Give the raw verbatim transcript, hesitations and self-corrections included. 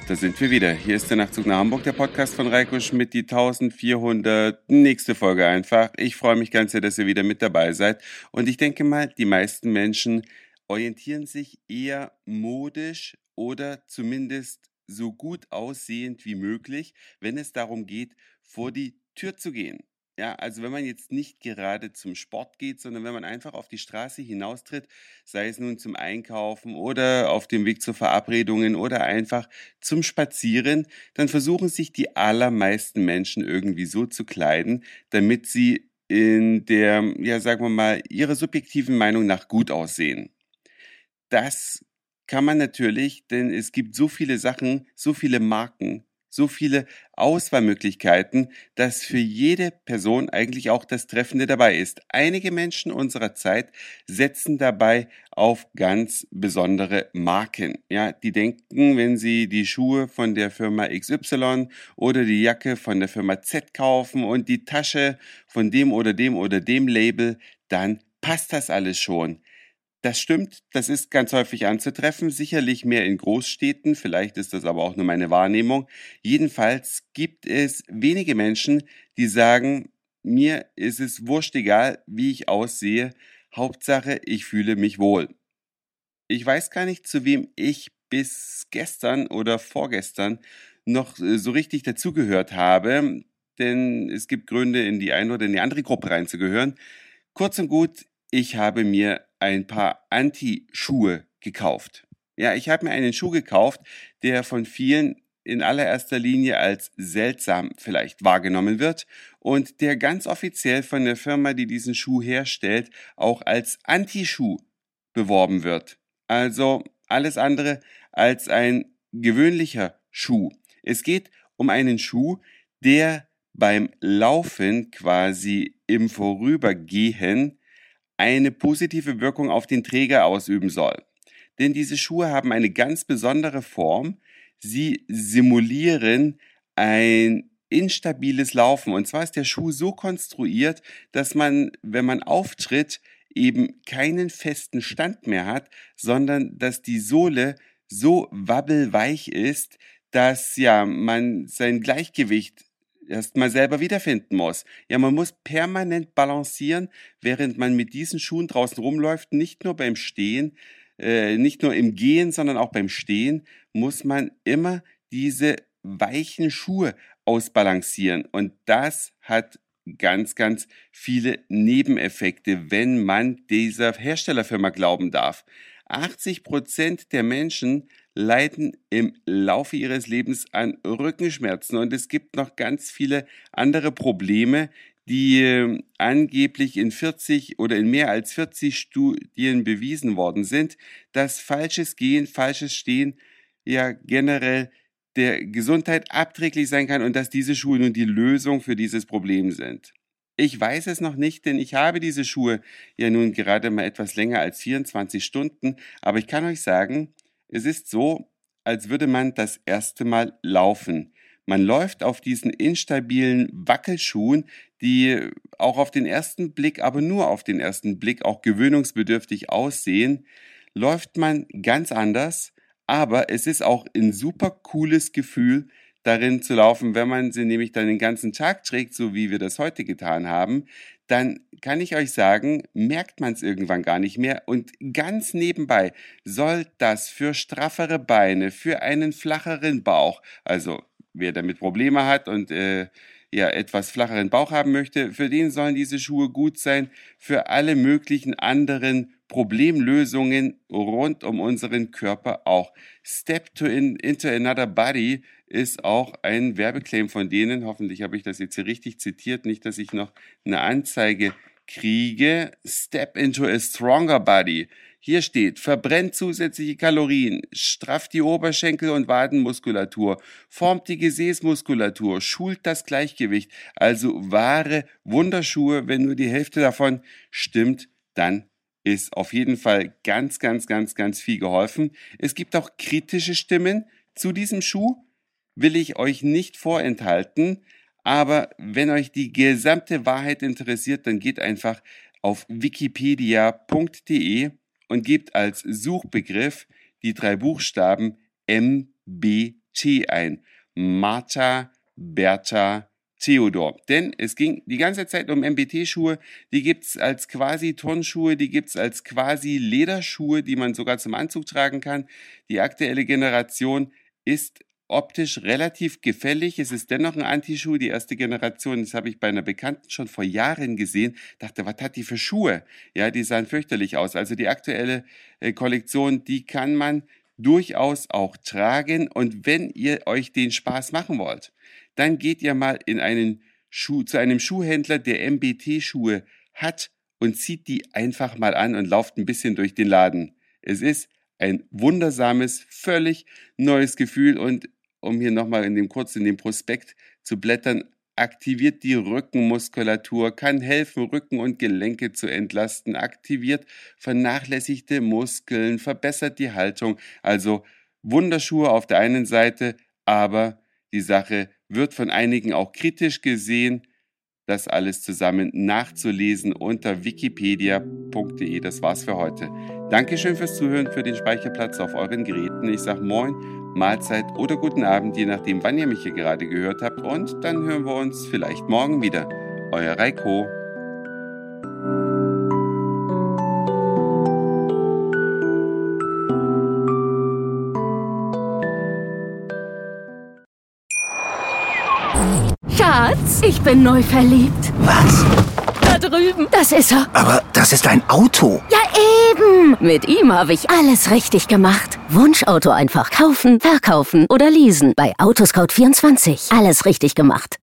Da sind wir wieder. Hier ist der Nachtzug nach Hamburg, der Podcast von Reiko Schmidt, die vierzehnhundert. Nächste Folge einfach. Ich freue mich ganz sehr, dass ihr wieder mit dabei seid. Und ich denke mal, die meisten Menschen orientieren sich eher modisch oder zumindest so gut aussehend wie möglich, wenn es darum geht, vor die Tür zu gehen. Ja, also wenn man jetzt nicht gerade zum Sport geht, sondern wenn man einfach auf die Straße hinaustritt, sei es nun zum Einkaufen oder auf dem Weg zu Verabredungen oder einfach zum Spazieren, dann versuchen sich die allermeisten Menschen irgendwie so zu kleiden, damit sie in der, ja, sagen wir mal, ihrer subjektiven Meinung nach gut aussehen. Das kann man natürlich, denn es gibt so viele Sachen, so viele Marken, so viele Auswahlmöglichkeiten, dass für jede Person eigentlich auch das Treffende dabei ist. Einige Menschen unserer Zeit setzen dabei auf ganz besondere Marken. Ja, die denken, wenn sie die Schuhe von der Firma X Y oder die Jacke von der Firma Z kaufen und die Tasche von dem oder dem oder dem Label, dann passt das alles schon. Das stimmt, das ist ganz häufig anzutreffen, sicherlich mehr in Großstädten, vielleicht ist das aber auch nur meine Wahrnehmung. Jedenfalls gibt es wenige Menschen, die sagen, mir ist es wurscht egal, wie ich aussehe, Hauptsache, ich fühle mich wohl. Ich weiß gar nicht, zu wem ich bis gestern oder vorgestern noch äh, so richtig dazugehört habe, denn es gibt Gründe, in die eine oder in die andere Gruppe reinzugehören. Kurz und gut, ich habe mir ein paar Anti-Schuhe gekauft. Ja, ich habe mir einen Schuh gekauft, der von vielen in allererster Linie als seltsam vielleicht wahrgenommen wird und der ganz offiziell von der Firma, die diesen Schuh herstellt, auch als Anti-Schuh beworben wird. Also alles andere als ein gewöhnlicher Schuh. Es geht um einen Schuh, der beim Laufen quasi im Vorübergehen eine positive Wirkung auf den Träger ausüben soll. Denn diese Schuhe haben eine ganz besondere Form. Sie simulieren ein instabiles Laufen. Und zwar ist der Schuh so konstruiert, dass man, wenn man auftritt, eben keinen festen Stand mehr hat, sondern dass die Sohle so wabbelweich ist, dass ja man sein Gleichgewicht erstmal selber wiederfinden muss. Ja, man muss permanent balancieren, während man mit diesen Schuhen draußen rumläuft, nicht nur beim Stehen, äh, nicht nur im Gehen, sondern auch beim Stehen, muss man immer diese weichen Schuhe ausbalancieren. Und das hat ganz, ganz viele Nebeneffekte, wenn man dieser Herstellerfirma glauben darf. achtzig Prozent der Menschen leiden im Laufe ihres Lebens an Rückenschmerzen und es gibt noch ganz viele andere Probleme, die äh, angeblich in vierzig oder in mehr als vierzig Studien bewiesen worden sind, dass falsches Gehen, falsches Stehen ja generell der Gesundheit abträglich sein kann und dass diese Schuhe nun die Lösung für dieses Problem sind. Ich weiß es noch nicht, denn ich habe diese Schuhe ja nun gerade mal etwas länger als vierundzwanzig Stunden, aber ich kann euch sagen, es ist so, als würde man das erste Mal laufen. Man läuft auf diesen instabilen Wackelschuhen, die auch auf den ersten Blick, aber nur auf den ersten Blick auch gewöhnungsbedürftig aussehen, läuft man ganz anders, aber es ist auch ein super cooles Gefühl, darin zu laufen, wenn man sie nämlich dann den ganzen Tag trägt, so wie wir das heute getan haben, dann kann ich euch sagen, merkt man es irgendwann gar nicht mehr und ganz nebenbei soll das für straffere Beine, für einen flacheren Bauch, also wer damit Probleme hat und äh, ja etwas flacheren Bauch haben möchte, für den sollen diese Schuhe gut sein, für alle möglichen anderen Problemlösungen rund um unseren Körper auch. Step to in, into another body ist auch ein Werbeclaim von denen. Hoffentlich habe ich das jetzt hier richtig zitiert, nicht, dass ich noch eine Anzeige kriege. Step into a stronger body. Hier steht, verbrennt zusätzliche Kalorien, strafft die Oberschenkel- und Wadenmuskulatur, formt die Gesäßmuskulatur, schult das Gleichgewicht. Also wahre Wunderschuhe, wenn nur die Hälfte davon stimmt, dann ist auf jeden Fall ganz, ganz, ganz, ganz viel geholfen. Es gibt auch kritische Stimmen zu diesem Schuh, will ich euch nicht vorenthalten, aber wenn euch die gesamte Wahrheit interessiert, dann geht einfach auf wikipedia punkt de und gebt als Suchbegriff die drei Buchstaben M B T ein. Martha, Bertha, Theodor. Denn es ging die ganze Zeit um M B T-Schuhe. Die gibt's als quasi Turnschuhe, die gibt's als quasi Lederschuhe, die man sogar zum Anzug tragen kann. Die aktuelle Generation ist optisch relativ gefällig. Es ist dennoch ein Antischuh. Die erste Generation, das habe ich bei einer Bekannten schon vor Jahren gesehen. Dachte, was hat die für Schuhe? Ja, die sahen fürchterlich aus. Also die aktuelle äh, Kollektion, die kann man durchaus auch tragen. Und wenn ihr euch den Spaß machen wollt, dann geht ihr mal in einen Schuh, zu einem Schuhhändler, der M B T-Schuhe hat und zieht die einfach mal an und lauft ein bisschen durch den Laden. Es ist ein wundersames, völlig neues Gefühl und um hier nochmal in dem kurz in dem Prospekt zu blättern, aktiviert die Rückenmuskulatur, kann helfen, Rücken und Gelenke zu entlasten, aktiviert vernachlässigte Muskeln, verbessert die Haltung. Also Wunderschuhe auf der einen Seite, aber die Sache wird von einigen auch kritisch gesehen. Das alles zusammen nachzulesen unter wikipedia punkt de. Das war's für heute. Dankeschön fürs Zuhören, für den Speicherplatz auf euren Geräten. Ich sag Moin, Mahlzeit oder guten Abend, je nachdem, wann ihr mich hier gerade gehört habt. Und dann hören wir uns vielleicht morgen wieder. Euer Reiko. Schatz, ich bin neu verliebt. Was? Da drüben. Das ist er. Aber das ist ein Auto. Ja, eben. Mit ihm habe ich alles richtig gemacht. Wunschauto einfach kaufen, verkaufen oder leasen. Bei Autoscout vierundzwanzig. Alles richtig gemacht.